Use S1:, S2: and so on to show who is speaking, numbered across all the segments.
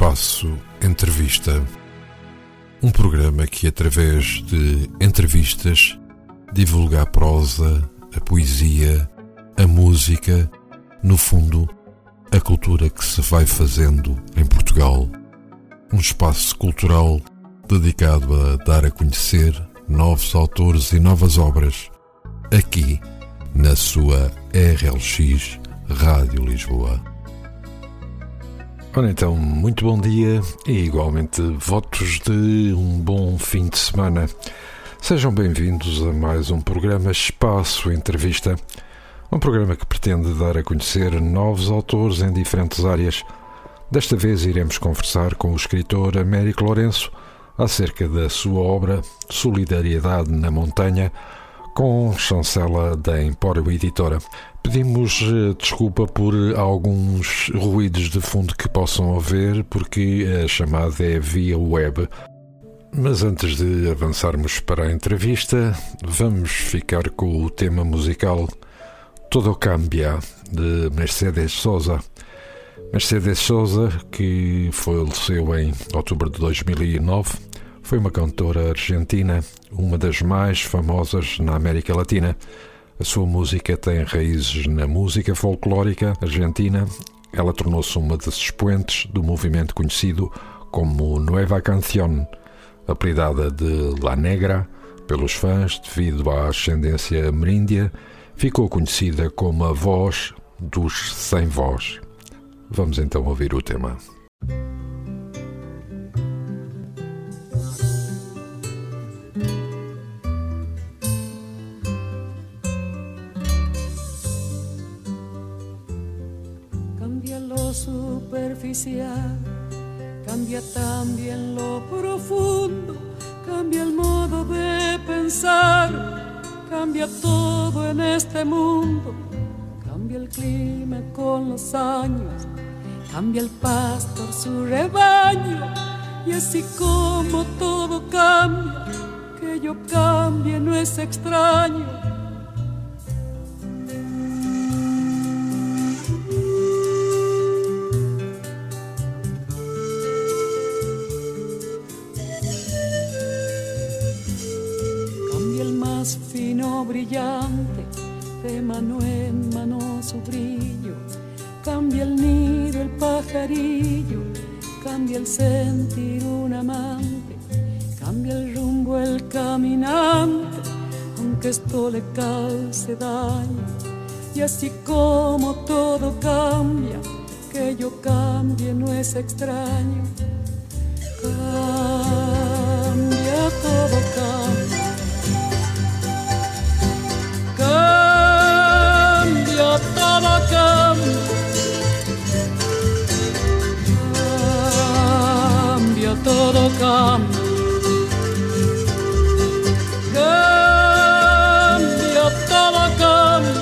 S1: Espaço Entrevista, um programa que, através de entrevistas, divulga a prosa, a poesia, a música, no fundo, a cultura que se vai fazendo em Portugal. Um espaço cultural dedicado a dar a conhecer novos autores e novas obras, aqui na sua RLX Rádio Lisboa. Ora então, muito bom dia e igualmente votos de um bom fim de semana. Sejam bem-vindos a mais um programa Espaço Entrevista, um programa que pretende dar a conhecer novos autores em diferentes áreas. Desta vez iremos conversar com o escritor Américo Lourenço acerca da sua obra Solidariedade na Montanha, com chancela da Empório Editora. Pedimos desculpa por alguns ruídos de fundo que possam haver, porque a chamada é via web. Mas antes de avançarmos para a entrevista, vamos ficar com o tema musical Todo Cambia, de Mercedes Sosa. Mercedes Sosa, que faleceu em outubro de 2009, foi uma cantora argentina, uma das mais famosas na América Latina. A sua música tem raízes na música folclórica argentina. Ela tornou-se uma das expoentes do movimento conhecido como Nueva Canción, apelidada de La Negra pelos fãs devido à ascendência ameríndia. Ficou conhecida como a voz dos sem voz. Vamos então ouvir o tema.
S2: Cambia lo superficial, cambia también lo profundo, cambia el modo de pensar, cambia todo en este mundo, cambia el clima con los años, cambia el pastor su rebaño, y así como todo cambia, que yo cambie no es extraño. Fino brillante, de mano en mano su brillo, cambia el nido el pajarillo, cambia el sentir un amante, cambia el rumbo el caminante, aunque esto le cause daño. Y así como todo cambia, que yo cambie no es extraño. Cambia, todo cambia. Cambia, todo cambia. Cambia, todo cambia. Cambia, todo cambia.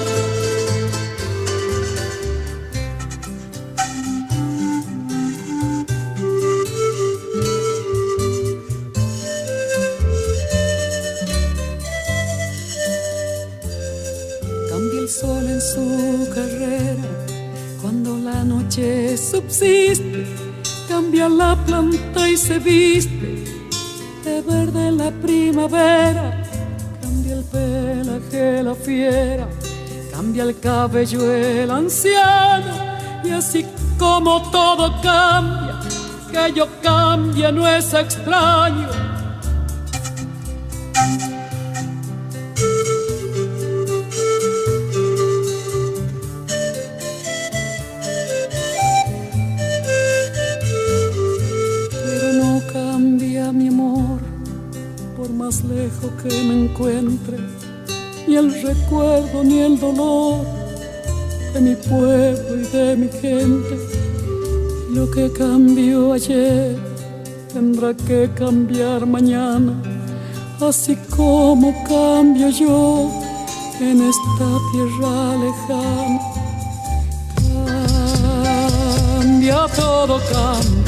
S2: Sol en su carrera, cuando la noche subsiste, cambia la planta y se viste de verde la primavera, cambia el pelaje la fiera, cambia el cabello el anciano, y así como todo cambia, que yo cambie no es extraño. Más lejos que me encuentre, ni el recuerdo ni el dolor de mi pueblo y de mi gente. Lo que cambió ayer tendrá que cambiar mañana, así como cambio yo en esta tierra lejana. Cambia, todo cambia.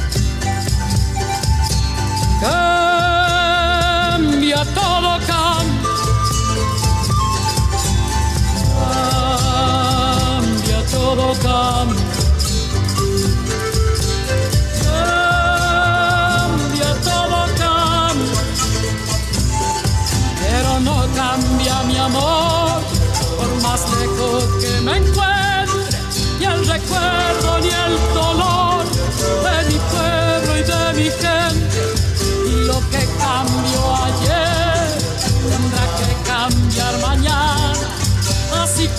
S2: Cambia, todo cambia. Cambia, todo cambia.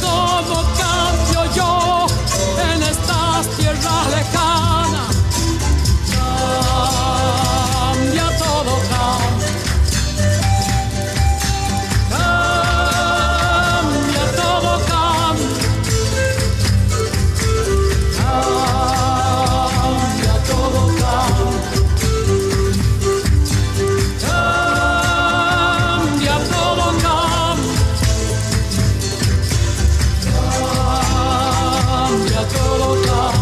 S2: todo cambio yo en estas tierras lejanas. Cambia todo, cambia. Cambia todo, cambia. Cambia todo, cambia. Cambia todo, cambia. Cambia todo, cambia.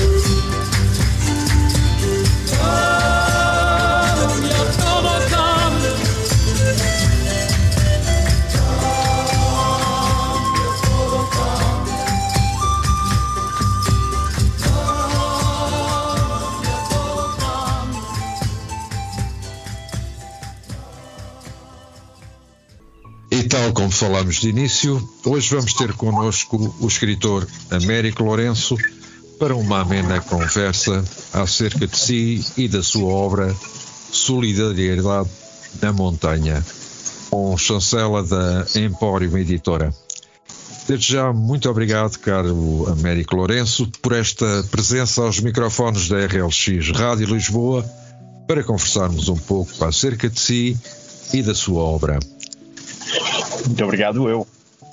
S1: E tal como falámos de início, hoje vamos ter connosco o escritor Américo Lourenço para uma amena conversa acerca de si e da sua obra Solidariedade na Montanha, com chancela da Empório Editora. Desde já, muito obrigado, caro Américo Lourenço, por esta presença aos microfones da RLX Rádio Lisboa para conversarmos um pouco acerca de si e da sua obra.
S3: Muito obrigado, eu.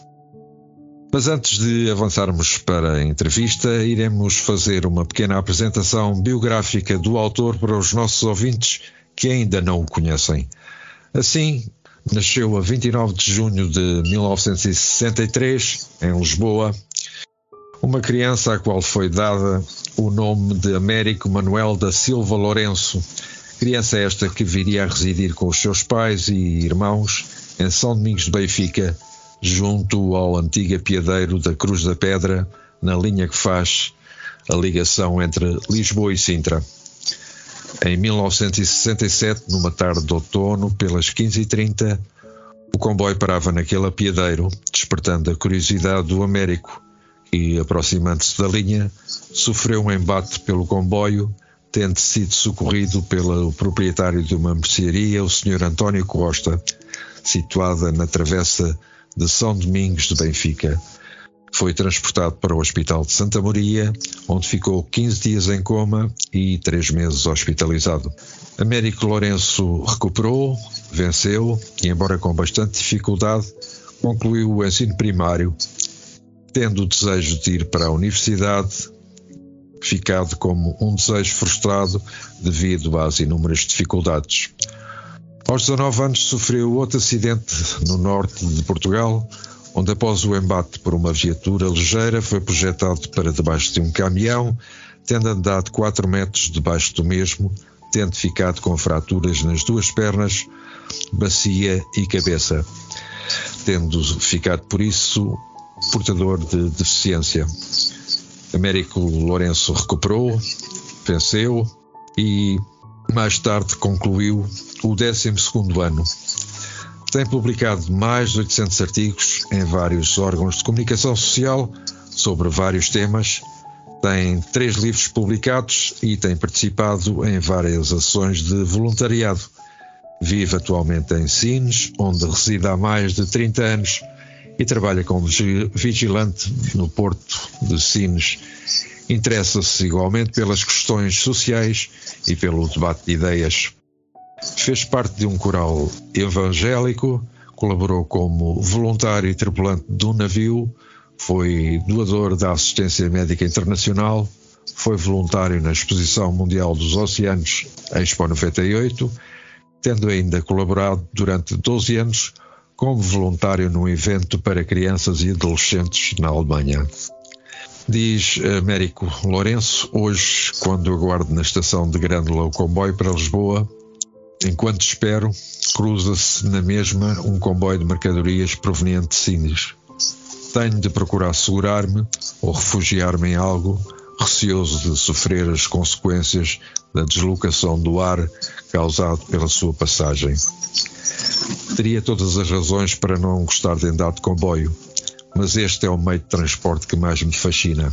S1: Mas antes de avançarmos para a entrevista, iremos fazer uma pequena apresentação biográfica do autor para os nossos ouvintes que ainda não o conhecem. Assim, nasceu a 29 de junho de 1963, em Lisboa, uma criança à qual foi dada o nome de Américo Manuel da Silva Lourenço, criança esta que viria a residir com os seus pais e irmãos em São Domingos de Benfica, junto ao antigo apiadeiro da Cruz da Pedra, na linha que faz a ligação entre Lisboa e Sintra. Em 1967, numa tarde de outono, pelas 15h30, o comboio parava naquele apiadeiro, despertando a curiosidade do Américo, que, aproximando-se da linha, sofreu um embate pelo comboio, tendo sido socorrido pelo proprietário de uma mercearia, o Sr. António Costa, situada na travessa de São Domingos de Benfica. Foi transportado para o Hospital de Santa Maria, onde ficou 15 dias em coma e 3 meses hospitalizado. Américo Lourenço recuperou, venceu e, embora com bastante dificuldade, concluiu o ensino primário, tendo o desejo de ir para a universidade, ficado como um desejo frustrado devido às inúmeras dificuldades. Aos 19 anos sofreu outro acidente no norte de Portugal, onde após o embate por uma viatura ligeira foi projetado para debaixo de um caminhão, tendo andado 4 metros debaixo do mesmo, tendo ficado com fraturas nas 2 pernas, bacia e cabeça, tendo ficado por isso portador de deficiência. Américo Lourenço recuperou, venceu e mais tarde concluiu o 12º ano. Tem publicado mais de 800 artigos em vários órgãos de comunicação social sobre vários temas, tem 3 livros publicados e tem participado em várias ações de voluntariado. Vive atualmente em Sines, onde reside há mais de 30 anos e trabalha como vigilante no Porto de Sines. Interessa-se igualmente pelas questões sociais e pelo debate de ideias. Fez parte de um coral evangélico, colaborou como voluntário e tripulante de um navio, foi doador da Assistência Médica Internacional, foi voluntário na Exposição Mundial dos Oceanos, Expo 98, tendo ainda colaborado durante 12 anos como voluntário num evento para crianças e adolescentes na Alemanha. Diz Américo Lourenço: hoje, quando aguardo na estação de Grândola o comboio para Lisboa, enquanto espero, cruza-se na mesma um comboio de mercadorias proveniente de Sines. Tenho de procurar segurar-me ou refugiar-me em algo, receoso de sofrer as consequências da deslocação do ar causado pela sua passagem. Teria todas as razões para não gostar de andar de comboio, mas este é o meio de transporte que mais me fascina.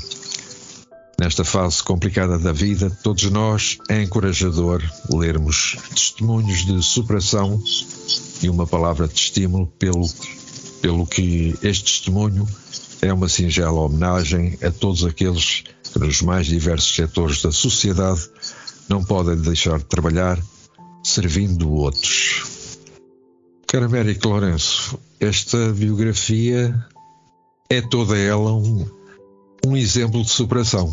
S1: Nesta fase complicada da vida, todos nós, é encorajador lermos testemunhos de superação e uma palavra de estímulo pelo que este testemunho é uma singela homenagem a todos aqueles que nos mais diversos setores da sociedade não podem deixar de trabalhar servindo outros. Caro Américo Lourenço, esta biografia é toda ela um exemplo de superação.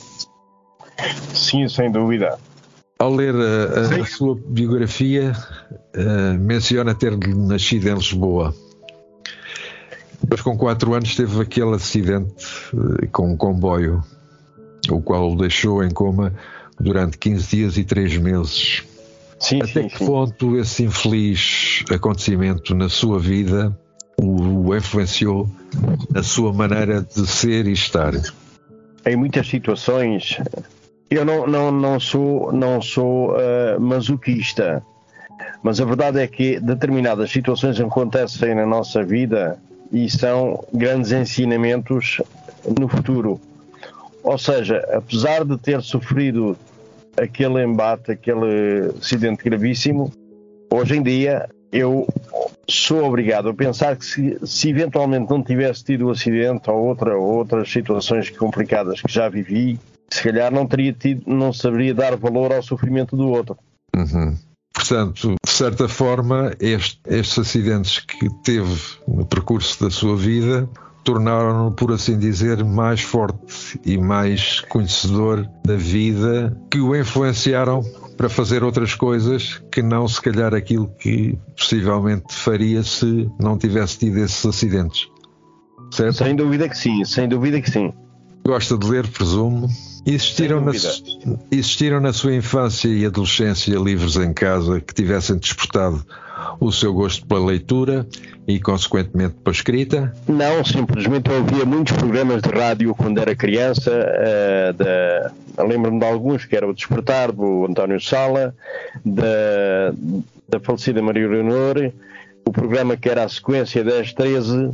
S3: Sim, sem dúvida.
S1: Ao ler a sua biografia, menciona ter nascido em Lisboa. Depois, com 4 anos, teve aquele acidente com um comboio, o qual o deixou em coma durante 15 dias e 3 meses. Até que ponto esse infeliz acontecimento na sua vida o influenciou na sua maneira de ser e estar?
S4: Em muitas situações, eu não sou masoquista, mas a verdade é que determinadas situações acontecem na nossa vida e são grandes ensinamentos no futuro. Ou seja, apesar de ter sofrido aquele embate, aquele acidente gravíssimo, hoje em dia eu sou obrigado a pensar que se eventualmente não tivesse tido o acidente ou outras situações complicadas que já vivi, se calhar não saberia dar valor ao sofrimento do outro.
S1: Uhum. Portanto, de certa forma, estes acidentes que teve no percurso da sua vida tornaram-no, por assim dizer, mais forte e mais conhecedor da vida, que o influenciaram para fazer outras coisas que não, se calhar, aquilo que possivelmente faria se não tivesse tido esses acidentes. Certo?
S4: Sem dúvida que sim, sem dúvida que sim.
S1: Gosta de ler, presumo. Existiram na sua infância e adolescência livros em casa que tivessem despertado o seu gosto pela leitura e, consequentemente, pela escrita?
S4: Não, simplesmente eu ouvia muitos programas de rádio quando era criança. Lembro-me de alguns, que era o Despertar, do António Sala, da falecida Maria Leonor, o programa que era a sequência 10-13,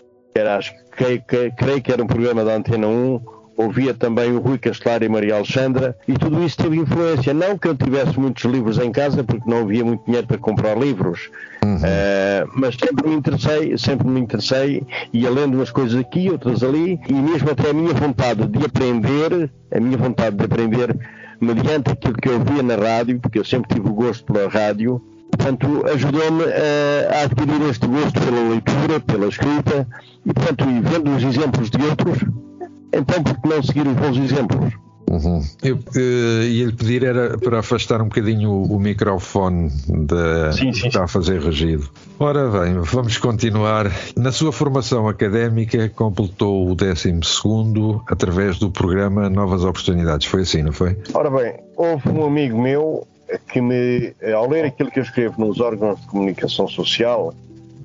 S4: creio que era um programa da Antena 1. Ouvia também o Rui Castelar e Maria Alexandra, e tudo isso teve influência. Não que eu tivesse muitos livros em casa, porque não havia muito dinheiro para comprar livros, mas sempre me interessei, ia lendo umas coisas aqui, outras ali, e mesmo até a minha vontade de aprender mediante aquilo que eu via na rádio, porque eu sempre tive o gosto pela rádio, portanto, ajudou-me a adquirir este gosto pela leitura, pela escrita, e portanto, vendo os exemplos de outros, então por que não seguir os bons exemplos?
S1: Uhum. Eu ia-lhe pedir era para afastar um bocadinho o microfone que está a fazer regido. Ora bem, vamos continuar. Na sua formação académica completou o 12º através do programa Novas Oportunidades. Foi assim, não foi?
S4: Ora bem, houve um amigo meu que ao ler aquilo que eu escrevo nos órgãos de comunicação social,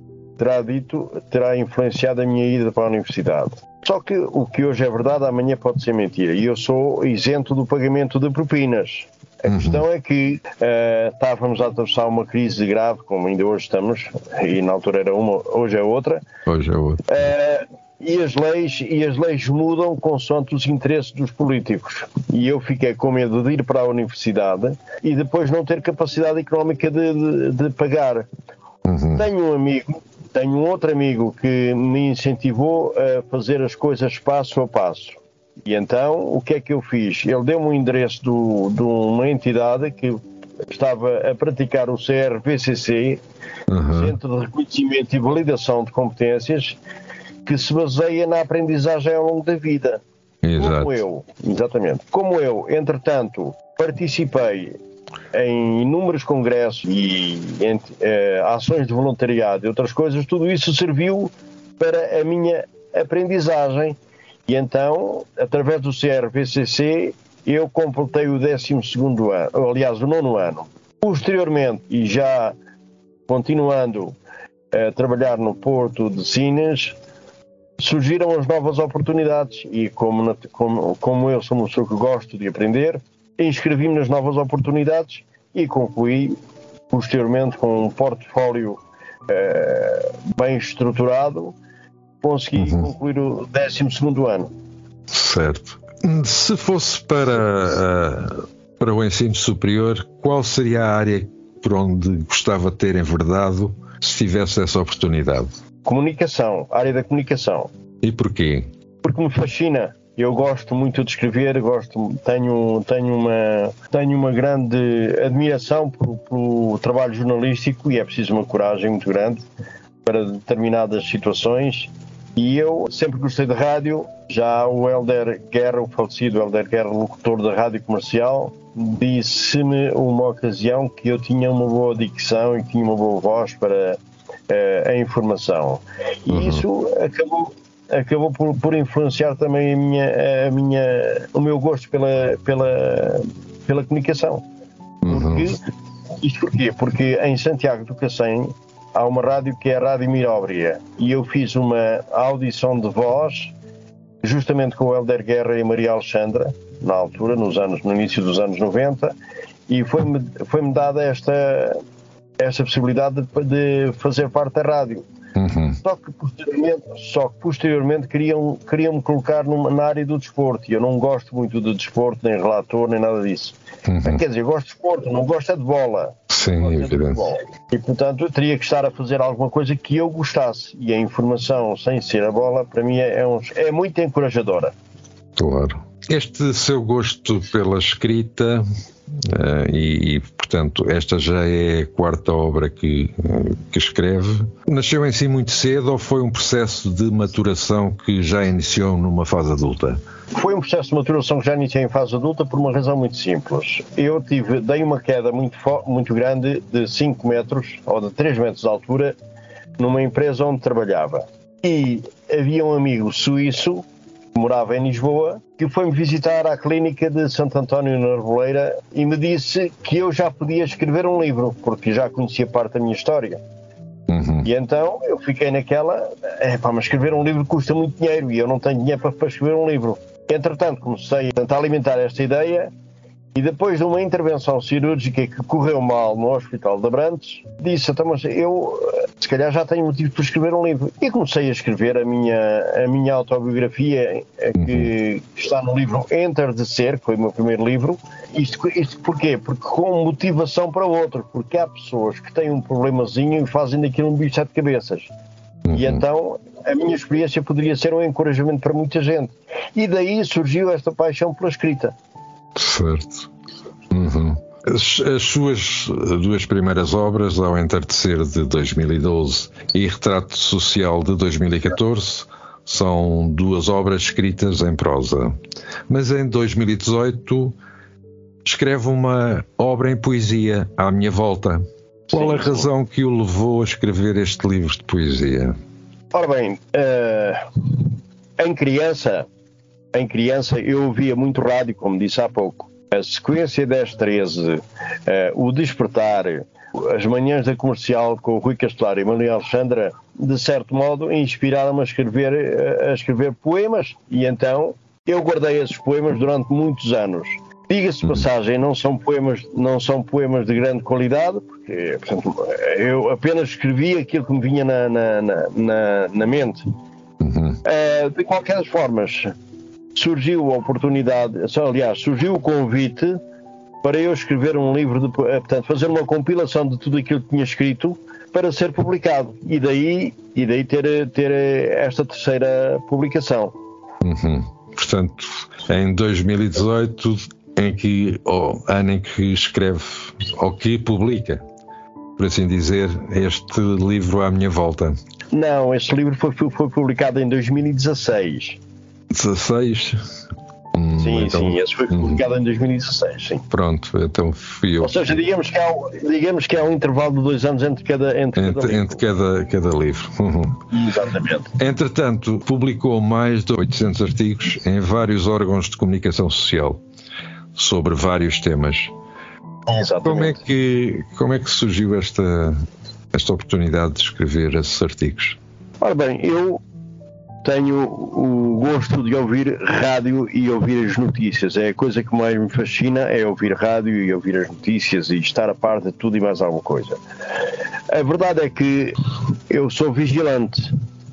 S4: terá influenciado a minha ida para a universidade. Só que o que hoje é verdade, amanhã pode ser mentira. E eu sou isento do pagamento de propinas. A questão é que estávamos a atravessar uma crise grave, como ainda hoje estamos, e na altura era uma, hoje é outra.
S1: Hoje é outra.
S4: E as leis mudam consoante os interesses dos políticos. E eu fiquei com medo de ir para a universidade e depois não ter capacidade económica de pagar. Tenho um outro amigo que me incentivou a fazer as coisas passo a passo. E então, o que é que eu fiz? Ele deu-me um endereço de uma entidade que estava a praticar o CRVCC, Centro de Reconhecimento e Validação de Competências, que se baseia na aprendizagem ao longo da vida.
S1: Exato.
S4: Como eu, entretanto, participei em inúmeros congressos e ações de voluntariado e outras coisas, tudo isso serviu para a minha aprendizagem. E então, através do CRVCC, eu completei o 12º ano, aliás, o 9º ano. Posteriormente, e já continuando a trabalhar no Porto de Sines, surgiram as novas oportunidades e como eu sou uma pessoa que gosto de aprender, inscrevi-me nas novas oportunidades e concluí posteriormente com um portfólio bem estruturado, consegui concluir o 12º ano.
S1: Certo. Se fosse para o ensino superior, qual seria a área por onde gostava de ter enverdado se tivesse essa oportunidade?
S4: Comunicação, área da comunicação.
S1: E porquê?
S4: Porque me fascina. Eu gosto muito de escrever, tenho uma grande admiração pelo trabalho jornalístico e é preciso uma coragem muito grande para determinadas situações. E eu sempre gostei de rádio. Já o Hélder Guerra, o falecido Hélder Guerra, locutor da rádio comercial, disse-me uma ocasião que eu tinha uma boa dicção e tinha uma boa voz para a informação. E isso acabou por influenciar também o meu gosto pela comunicação. Isto porquê? Porque em Santiago do Cacém há uma rádio que é a Rádio Miróbria e eu fiz uma audição de voz justamente com o Hélder Guerra e a Maria Alexandra, na altura, no início dos anos 90, e foi-me dada esta possibilidade de fazer parte da rádio. Só que posteriormente queriam-me colocar na área do desporto, e eu não gosto muito de desporto, nem relator, nem nada disso. Quer dizer, eu gosto de desporto, não gosto é de bola.
S1: Sim, é evidente.
S4: E portanto eu teria que estar a fazer alguma coisa que eu gostasse, e a informação sem ser a bola para mim é muito encorajadora.
S1: Claro. Este seu gosto pela escrita e portanto esta já é a quarta obra que escreve, nasceu em si muito cedo ou foi um processo de maturação que já iniciou numa fase adulta?
S4: Foi um processo de maturação que já iniciei em fase adulta por uma razão muito simples. Eu dei uma queda muito grande de 5 metros ou de 3 metros de altura numa empresa onde trabalhava. E havia um amigo suíço que morava em Lisboa que foi-me visitar à clínica de Santo António na Arvoleira e me disse que eu já podia escrever um livro, porque já conhecia parte da minha história. E então eu fiquei naquela, mas escrever um livro custa muito dinheiro e eu não tenho dinheiro para escrever um livro. Entretanto, comecei a tentar alimentar esta ideia e depois de uma intervenção cirúrgica que correu mal no Hospital de Abrantes, disse, então, mas eu se calhar já tenho motivo para escrever um livro. E comecei a escrever a minha autobiografia, que está no livro Entardecer, que foi o meu primeiro livro. Isto porquê? Porque com motivação para outro, porque há pessoas que têm um problemazinho e fazem daquilo um bicho de 7 cabeças. E então a minha experiência poderia ser um encorajamento para muita gente. E daí surgiu esta paixão pela escrita.
S1: Certo. As suas duas primeiras obras, Ao Entardecer de 2012 e Retrato Social de 2014, são duas obras escritas em prosa. Mas em 2018 escreve uma obra em poesia, À Minha Volta. Qual a razão que o levou a escrever este livro de poesia?
S4: Ora bem, em criança eu ouvia muito rádio, como disse há pouco. A sequência 10-13, o Despertar, as manhãs da Comercial com o Rui Castelar e a Maria Alexandra, de certo modo inspiraram-me a escrever poemas, e então eu guardei esses poemas durante muitos anos. Diga-se de passagem, não são poemas de grande qualidade, porque, portanto, eu apenas escrevi aquilo que me vinha na mente. De qualquer das formas, surgiu a oportunidade, aliás, surgiu o convite para eu escrever um livro, portanto, fazer uma compilação de tudo aquilo que tinha escrito para ser publicado. E daí ter esta terceira publicação.
S1: Portanto, em 2018... ano em que escreve, ou que publica, por assim dizer, este livro À Minha Volta.
S4: Não, este livro foi publicado em 2016.
S1: 16?
S4: Sim,
S1: então,
S4: sim, esse foi publicado em 2016, sim.
S1: Pronto, então fui eu.
S4: Ou seja, digamos que há um intervalo de 2 anos entre cada
S1: livro.
S4: Exatamente.
S1: Entretanto, publicou mais de 800 artigos em vários órgãos de comunicação social, sobre vários temas.
S4: Exatamente.
S1: Como é que surgiu esta oportunidade de escrever esses artigos?
S4: Ora bem, eu tenho o gosto de ouvir rádio e ouvir as notícias. É a coisa que mais me fascina, é ouvir rádio e ouvir as notícias e estar a par de tudo e mais alguma coisa. A verdade é que eu sou vigilante.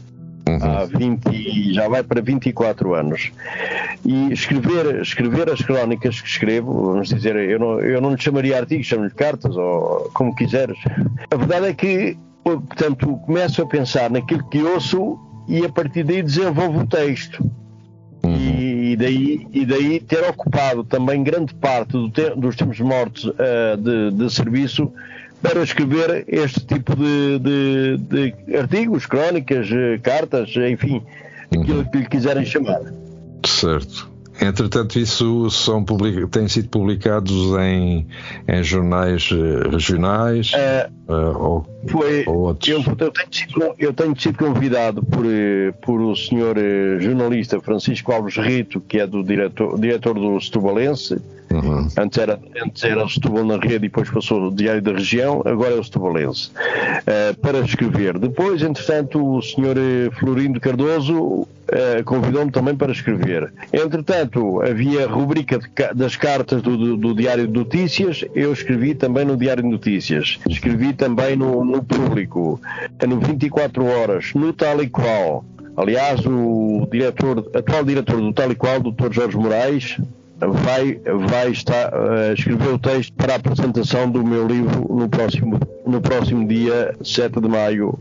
S4: Já vai para 24 anos. E escrever as crónicas que escrevo, vamos dizer, eu não lhe chamaria artigos, chamo-lhe cartas, ou como quiseres. A verdade é que, portanto, começo a pensar naquilo que ouço e a partir daí desenvolvo o texto. E daí ter ocupado também grande parte dos tempos mortos de serviço para escrever este tipo de artigos, crónicas, cartas, enfim, aquilo que lhe quiserem chamar.
S1: Certo. Entretanto, isso têm sido publicados em jornais regionais ou outros?
S4: Eu tenho sido convidado por o senhor jornalista Francisco Alves Rito, que é do diretor do Setubalense. Antes era o Setúbal na Rede e depois passou o Diário da Região, agora é o Setubalense, para escrever. Depois, entretanto, o senhor Florindo Cardoso convidou-me também para escrever. Entretanto, havia a rubrica das cartas do Diário de Notícias, eu escrevi também no Diário de Notícias, escrevi também no Público, no 24 Horas, no Tal e Qual. Aliás, o atual diretor do Tal e Qual, Dr. Jorge Moraes, vai escrever o texto para a apresentação do meu livro no próximo dia 7 de maio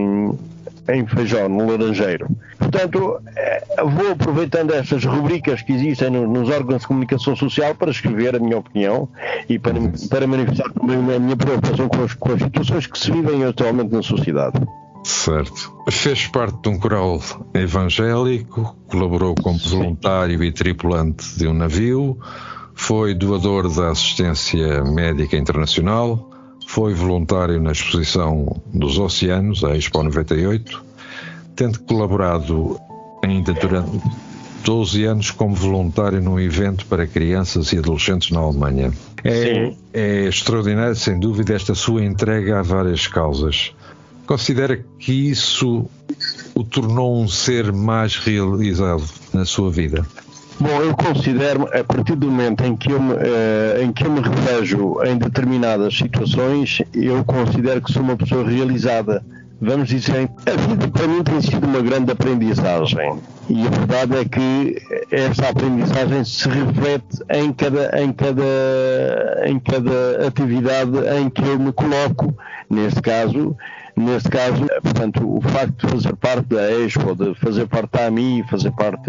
S4: em Feijó, no Laranjeiro. Portanto, vou aproveitando estas rubricas que existem nos órgãos de comunicação social para escrever a minha opinião e para manifestar também a minha preocupação com as situações que se vivem atualmente na sociedade.
S1: Certo. Fez parte de um coral evangélico, colaborou como voluntário e tripulante de um navio, foi doador da assistência médica internacional, foi voluntário na Exposição dos Oceanos, a Expo 98, tendo colaborado ainda durante 12 anos como voluntário num evento para crianças e adolescentes na Alemanha. É extraordinário, sem dúvida, esta sua entrega a várias causas. Considera que isso o tornou um ser mais realizado na sua vida?
S4: Bom, eu considero, a partir do momento em que eu me revejo em determinadas situações, eu considero que sou uma pessoa realizada. Vamos dizer, a vida para mim tem sido uma grande aprendizagem. E a verdade é que esta aprendizagem se reflete em cada atividade em que eu me coloco. Neste caso, portanto, o facto de fazer parte da Expo, de fazer parte da AMI, fazer parte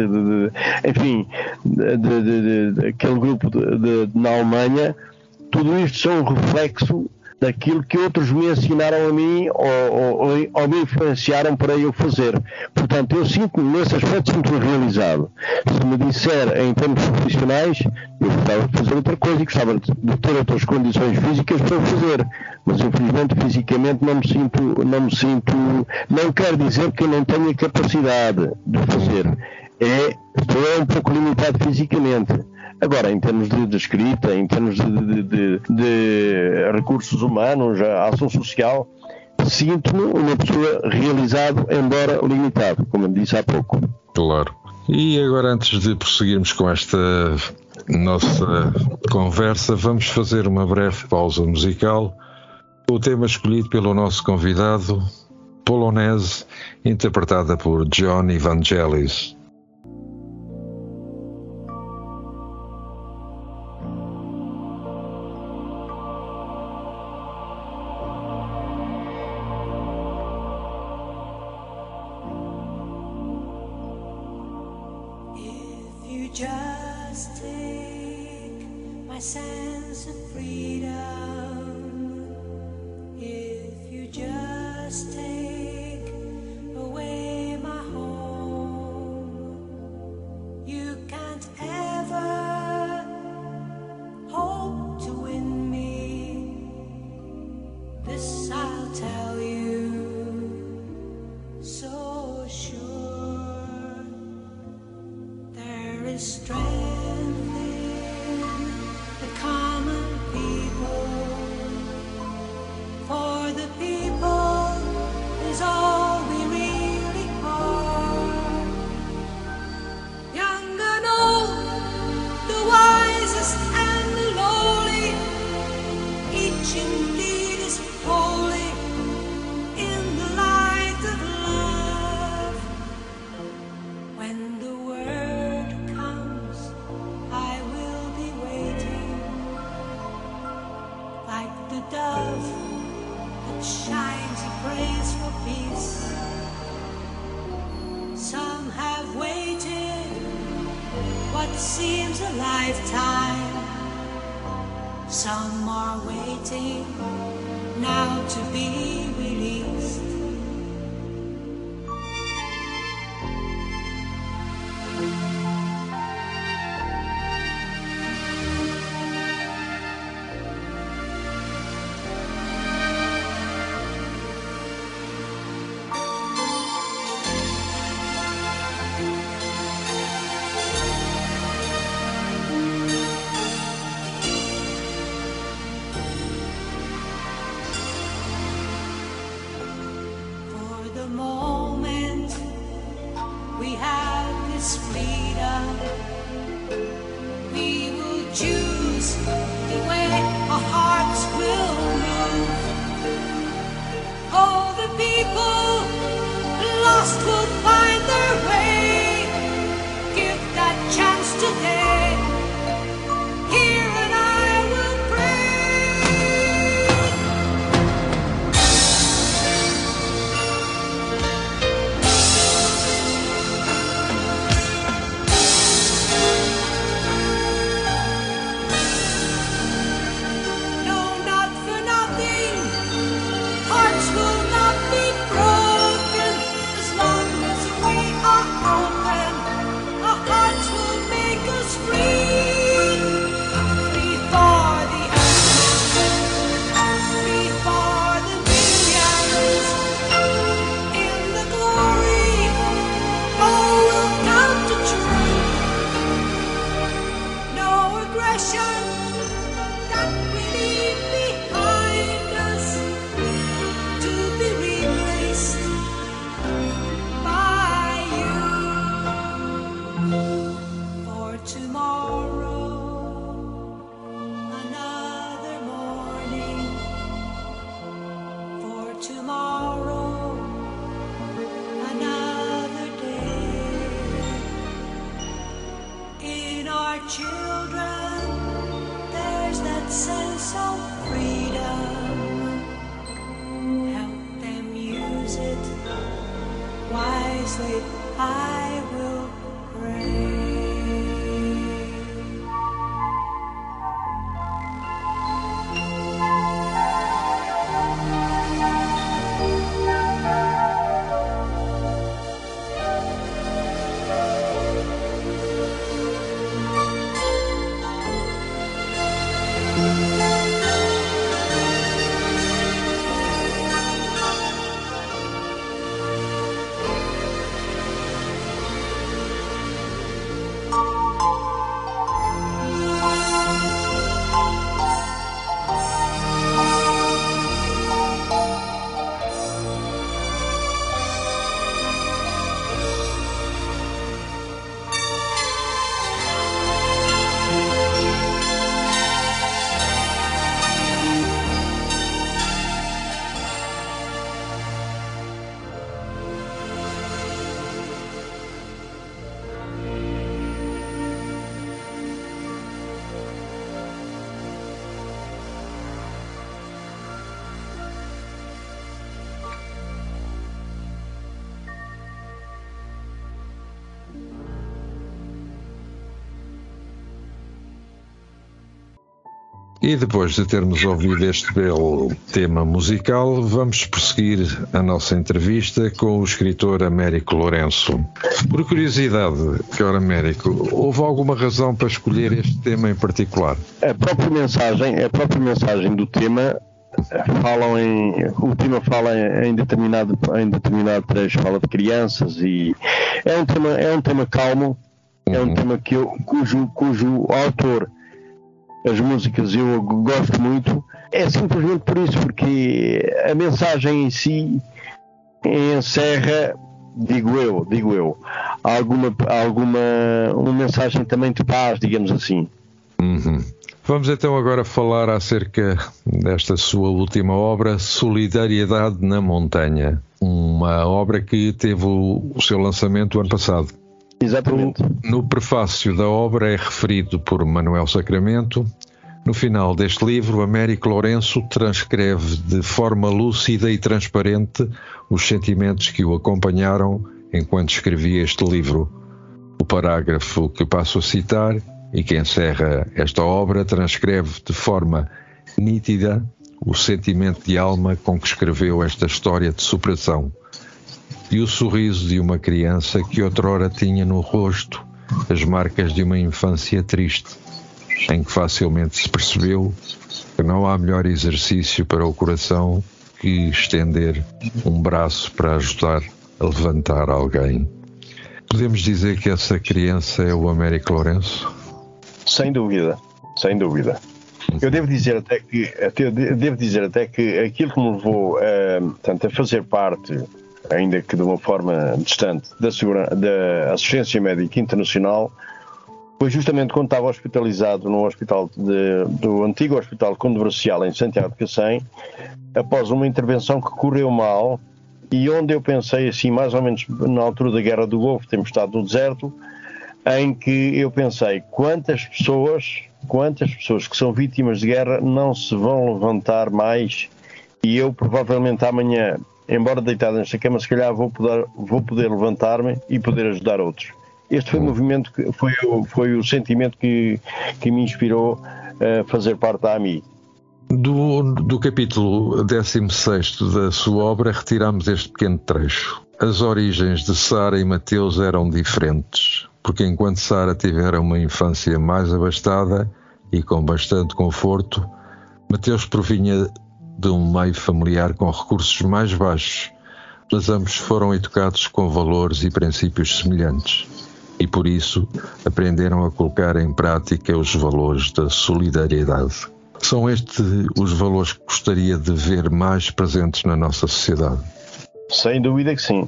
S4: daquele grupo na Alemanha, tudo isto são um reflexo daquilo que outros me ensinaram a mim ou me influenciaram para eu fazer. Portanto, eu sinto-me, nesse aspecto, sinto-me realizado. Se me disser em termos profissionais, eu gostava de fazer outra coisa e gostava de ter outras condições físicas para fazer. Mas, infelizmente, fisicamente não me sinto, não quer dizer que eu não tenha capacidade de fazer. Estou um pouco limitado fisicamente. Agora, em termos de escrita, em termos de recursos humanos, a ação social, sinto-me uma pessoa realizado, embora limitado, como eu disse há pouco.
S1: Claro. E agora, antes de prosseguirmos com esta nossa conversa, vamos fazer uma breve pausa musical. O tema escolhido pelo nosso convidado, Polonese, interpretada por John Evangelis.
S5: Just take my sense of freedom. If you just take away my home, you can't ever hope to win me. This I'll tell you so sure. There is strength in the common people. For the people is all we really are. Young and old, the wisest and the lowly, each indeed is holy in the light of love. When the word comes, I will be waiting, like the dove that shines a praise for peace. have waited what seems a lifetime. Some are waiting now to be released.
S1: E depois de termos ouvido este belo tema musical, vamos prosseguir a nossa entrevista com o escritor Américo Lourenço. Por curiosidade, Sr. Américo, houve alguma razão para escolher este tema em particular?
S4: A própria mensagem do tema o tema fala em determinado trecho, fala de crianças, e é um tema calmo, é um tema cujo autor, as músicas eu gosto muito, é simplesmente por isso, porque a mensagem em si encerra, digo eu, uma mensagem também de paz, digamos assim.
S1: Vamos então agora falar acerca desta sua última obra, Solidariedade na Montanha, uma obra que teve o seu lançamento ano passado.
S4: Exatamente.
S1: No prefácio da obra é referido por Manuel Sacramento. No final deste livro, Américo Lourenço transcreve de forma lúcida e transparente os sentimentos que o acompanharam enquanto escrevia este livro. O parágrafo que passo a citar e que encerra esta obra transcreve de forma nítida o sentimento de alma com que escreveu esta história de superação e o sorriso de uma criança que outrora tinha no rosto as marcas de uma infância triste, em que facilmente se percebeu que não há melhor exercício para o coração que estender um braço para ajudar a levantar alguém. Podemos dizer que essa criança é o Américo Lourenço?
S4: Sem dúvida, sem dúvida. Eu devo dizer até que aquilo que me levou a fazer parte, ainda que de uma forma distante, da Assistência Médica Internacional, foi justamente quando estava hospitalizado no hospital do antigo Hospital Controversial em Santiago de Cacém, após uma intervenção que correu mal e onde eu pensei assim, mais ou menos na altura da Guerra do Golfo, temos estado no deserto, em que eu pensei quantas pessoas que são vítimas de guerra não se vão levantar mais, e eu provavelmente amanhã, embora deitado nesta cama, se calhar vou poder levantar-me e poder ajudar outros. Este foi o movimento, foi o sentimento que me inspirou a fazer parte da AMI.
S1: Do capítulo 16º da sua obra retiramos este pequeno trecho. As origens de Sara e Mateus eram diferentes, porque enquanto Sara tivera uma infância mais abastada e com bastante conforto, Mateus provinha de um meio familiar com recursos mais baixos, mas ambos foram educados com valores e princípios semelhantes e por isso aprenderam a colocar em prática os valores da solidariedade. São estes os valores que gostaria de ver mais presentes na nossa sociedade?
S4: Sem dúvida que sim.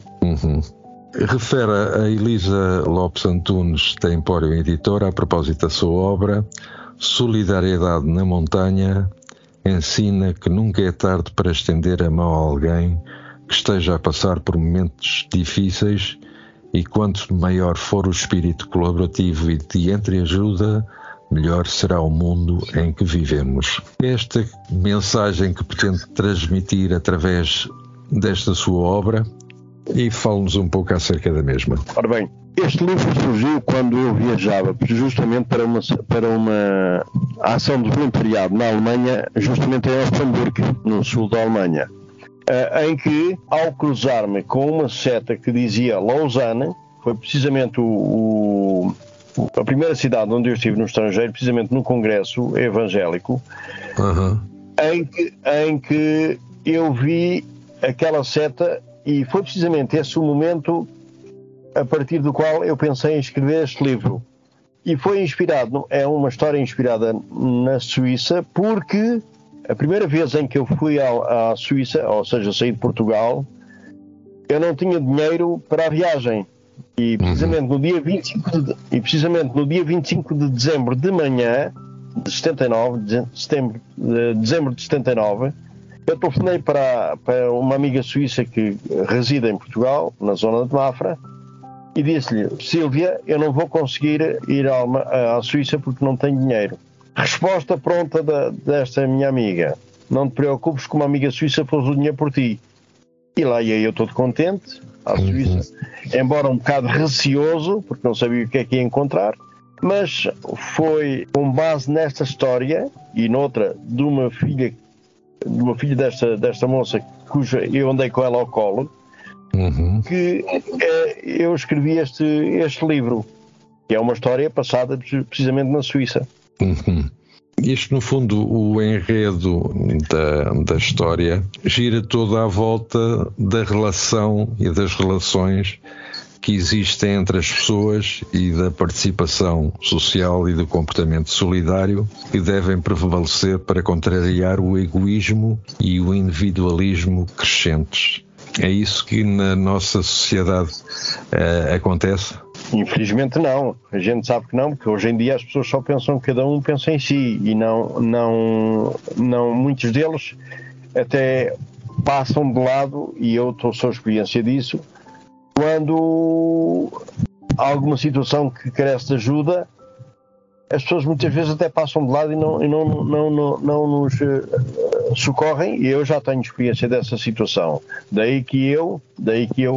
S1: Refere a Elisa Lopes Antunes, da Empório Editora, a propósito da sua obra, Solidariedade na Montanha, ensina que nunca é tarde para estender a mão a alguém que esteja a passar por momentos difíceis e quanto maior for o espírito colaborativo e de entreajuda, melhor será o mundo em que vivemos. Esta mensagem que pretende transmitir através desta sua obra, e fale-nos um pouco acerca da mesma.
S4: Ora bem, este livro surgiu quando eu viajava justamente para uma ação de voluntariado na Alemanha, justamente em Offenburg, no sul da Alemanha, em que, ao cruzar-me com uma seta que dizia Lausanne, foi precisamente a primeira cidade onde eu estive no estrangeiro, precisamente no congresso evangélico, em que eu vi aquela seta, e foi precisamente esse o momento a partir do qual eu pensei em escrever este livro. E foi inspirado, é uma história inspirada na Suíça, porque a primeira vez em que eu fui à Suíça, ou seja, saí de Portugal, eu não tinha dinheiro para a viagem. E precisamente no dia 25 de dezembro de manhã, de 79, dezembro de 79, eu telefonei para uma amiga suíça que reside em Portugal, na zona de Mafra, e disse-lhe: Sílvia, eu não vou conseguir ir à Suíça porque não tenho dinheiro. Resposta pronta desta minha amiga: não te preocupes, que uma amiga suíça pôs o dinheiro por ti. E lá ia eu todo contente à Suíça, embora um bocado receoso, porque não sabia o que é que ia encontrar, mas foi com base nesta história e noutra de uma filha desta moça, cuja eu andei com ela ao colo, que eu escrevi este livro, que é uma história passada precisamente na Suíça.
S1: Isto, no fundo, o enredo da história gira toda à volta da relação e das relações que existem entre as pessoas e da participação social e do comportamento solidário que devem prevalecer para contrariar o egoísmo e o individualismo crescentes. É isso que na nossa sociedade acontece?
S4: Infelizmente não. A gente sabe que não, porque hoje em dia as pessoas só pensam que cada um pensa em si e não muitos deles até passam de lado, e eu sou experiência disso, quando há alguma situação que carece de ajuda, as pessoas muitas vezes até passam de lado e não nos socorrem, e eu já tenho experiência dessa situação. Daí que eu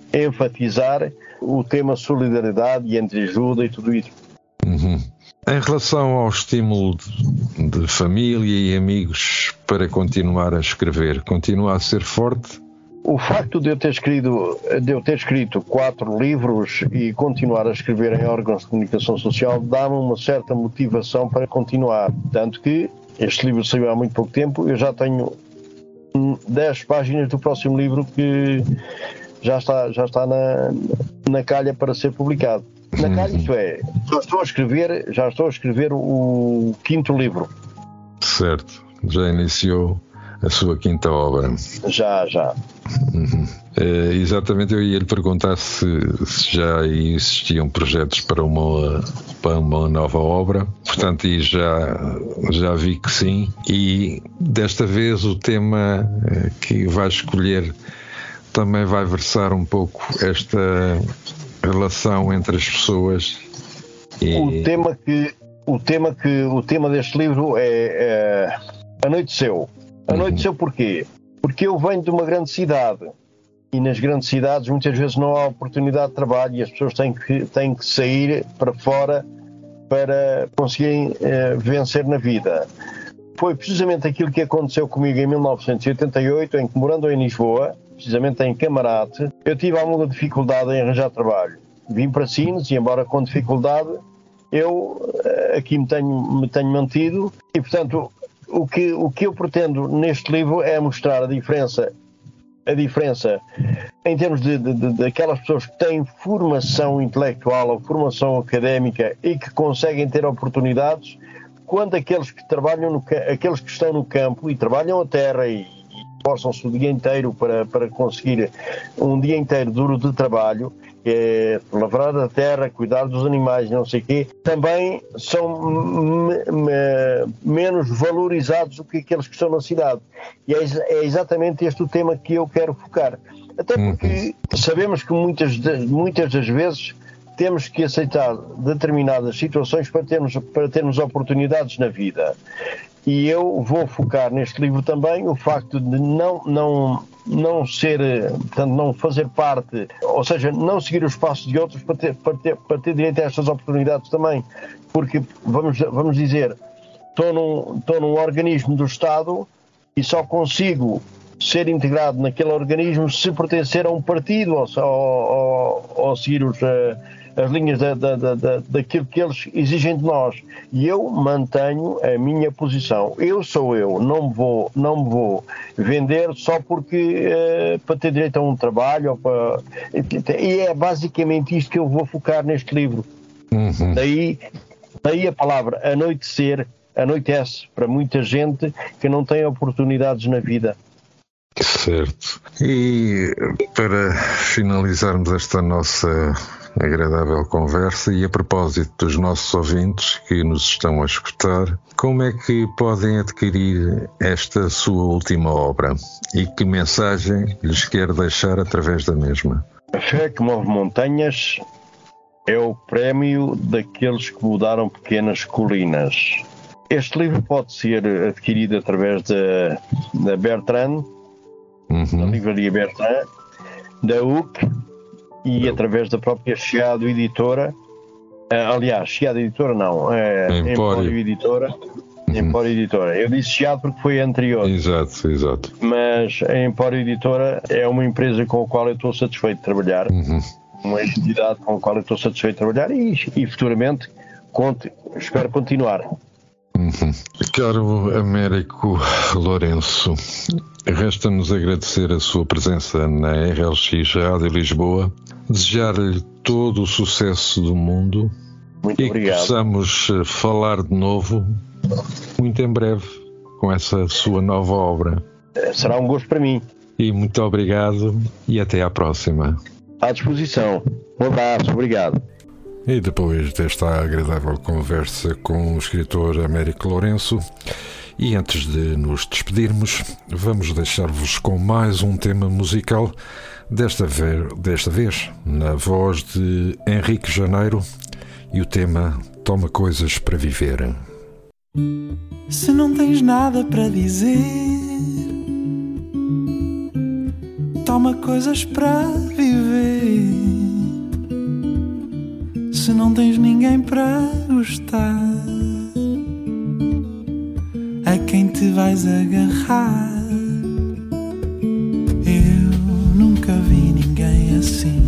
S4: enfatizar o tema solidariedade e entreajuda e tudo isso.
S1: Em relação ao estímulo de família e amigos para continuar a escrever, continua a ser forte?
S4: O facto de eu ter escrito 4 livros e continuar a escrever em órgãos de comunicação social dá-me uma certa motivação para continuar. Tanto que este livro saiu há muito pouco tempo, eu já tenho 10 páginas do próximo livro que já está na calha para ser publicado. Na calha, isto é, já estou a escrever o 5º livro.
S1: Certo, já iniciou a sua 5ª obra.
S4: Já.
S1: Exatamente, eu ia lhe perguntar se já existiam projetos para uma nova obra, portanto, e já vi que sim, e desta vez o tema que vai escolher também vai versar um pouco esta relação entre as pessoas.
S4: O tema deste livro é Anoiteceu. Anoiteceu porquê? Porque eu venho de uma grande cidade e nas grandes cidades muitas vezes não há oportunidade de trabalho e as pessoas têm que sair para fora para conseguirem vencer na vida. Foi precisamente aquilo que aconteceu comigo em 1988, em que, morando em Lisboa, precisamente em Camarate, eu tive alguma dificuldade em arranjar trabalho. Vim para Sines e, embora com dificuldade, eu aqui me tenho mantido e, portanto, o que eu pretendo neste livro é mostrar a diferença em termos daquelas pessoas que têm formação intelectual ou formação académica e que conseguem ter oportunidades, quando aqueles que estão no campo e trabalham a terra e esforçam-se o dia inteiro para conseguir um dia inteiro duro de trabalho, lavrar a terra, cuidar dos animais, não sei o quê, também são menos valorizados do que aqueles que estão na cidade. E é exatamente este o tema que eu quero focar. Até porque sabemos que muitas das vezes temos que aceitar determinadas situações para termos oportunidades na vida. E eu vou focar neste livro também o facto de não ser, portanto, não fazer parte, ou seja, não seguir os passos de outros para ter direito a estas oportunidades também. Porque, vamos dizer, estou num organismo do Estado e só consigo ser integrado naquele organismo se pertencer a um partido ou seguir as linhas daquilo que eles exigem de nós. E eu mantenho a minha posição. Eu sou eu, não me vou vender só porque para ter direito a um trabalho. E é basicamente isto que eu vou focar neste livro. Daí a palavra anoitecer, anoitece para muita gente que não tem oportunidades na vida.
S1: Certo. E para finalizarmos esta nossa agradável conversa, e a propósito dos nossos ouvintes que nos estão a escutar, como é que podem adquirir esta sua última obra e que mensagem lhes quer deixar através da mesma?
S4: A fé que move montanhas é o prémio daqueles que mudaram pequenas colinas. Este livro pode ser adquirido através da Bertrand, da livraria Bertrand, da UC e através da própria Chiado Editora. Aliás, Chiado Editora não, Empório Editora. Empório Editora. Eu disse Chiado porque foi anterior.
S1: Exato.
S4: Mas a Empório Editora é uma empresa com a qual eu estou satisfeito de trabalhar. Uma entidade com a qual eu estou satisfeito de trabalhar e futuramente espero continuar.
S1: Caro Américo Lourenço, resta-nos agradecer a sua presença na RLX Rádio Lisboa, desejar-lhe todo o sucesso do mundo.
S4: Muito obrigado.
S1: Que possamos falar de novo muito em breve com essa sua nova obra.
S4: Será um gosto para mim.
S1: E muito obrigado e até à próxima.
S4: À disposição. Um abraço, obrigado.
S1: E depois desta agradável conversa com o escritor Américo Lourenço, e antes de nos despedirmos, vamos deixar-vos com mais um tema musical, desta vez na voz de Henrique Janeiro, e o tema Toma Coisas para Viver.
S6: Se não tens nada para dizer, toma coisas para viver. se não tens ninguém para gostar? A quem te vais agarrar? Eu nunca vi ninguém assim.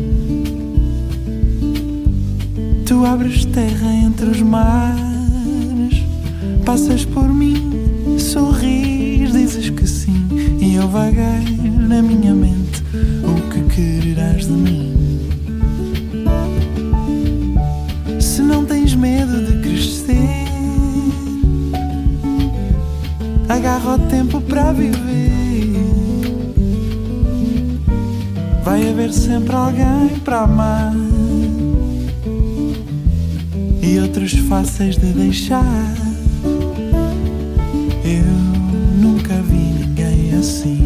S6: Tu abres terra entre os mares, passas por mim, sorris, dizes que sim, e eu vagueio na minha mente o que quererás de mim. Se não tens medo de crescer, agarra o tempo para viver. Vai haver sempre alguém para amar e outros fáceis de deixar. Eu nunca vi ninguém assim.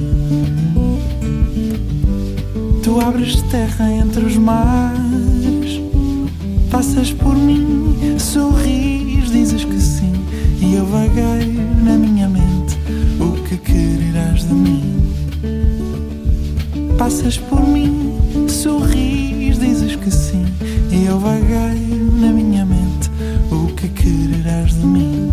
S6: Tu abres terra entre os mares, passas por mim, sorris, dizes que sim, e eu vagueio na minha mente o que quererás de mim. Passas por mim, sorris, dizes que sim, e eu vagueio na minha mente o que quererás de mim.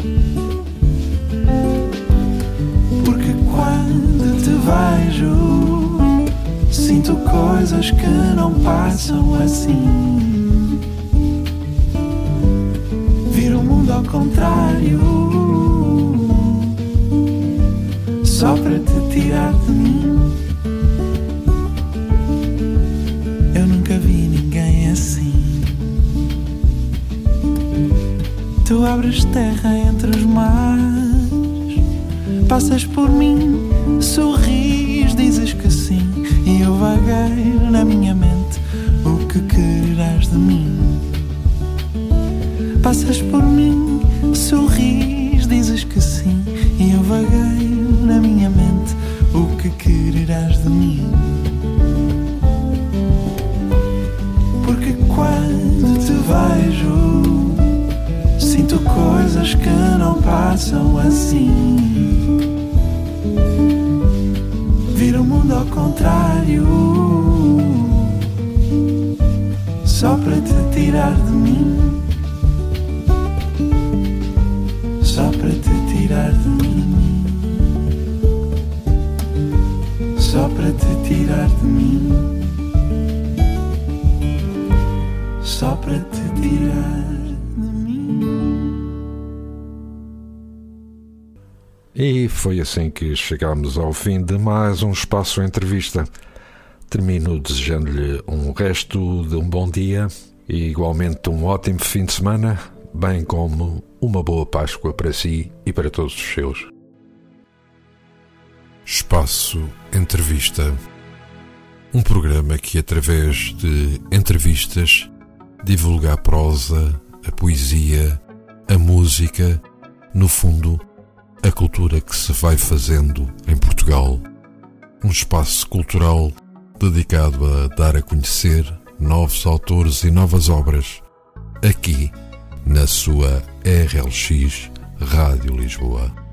S6: Porque quando te vejo, sinto coisas que não passam assim. Viro o mundo ao contrário, só para te tirar de mim. Eu nunca vi ninguém assim. Tu abres terra entre os mares, passas por mim, sorris, dizes que sim, e eu vagueio na minha mente o que quererás de mim. Passas por mim, sorris, dizes que sim, e eu vagueio na minha mente o que quererás de mim. Porque quando te vejo, sinto coisas que não passam assim. Viro o mundo ao contrário, só para te tirar de mim. Só para te tirar de mim. Só para te tirar de mim. Só para te tirar de mim.
S1: E foi assim que chegámos ao fim de mais um Espaço Entrevista. Termino desejando-lhe um resto de um bom dia e igualmente um ótimo fim de semana, bem como uma boa Páscoa para si e para todos os seus. Espaço Entrevista. Um programa que, através de entrevistas, divulga a prosa, a poesia, a música, no fundo, a cultura que se vai fazendo em Portugal. Um espaço cultural dedicado a dar a conhecer novos autores e novas obras, aqui na sua RLX Rádio Lisboa.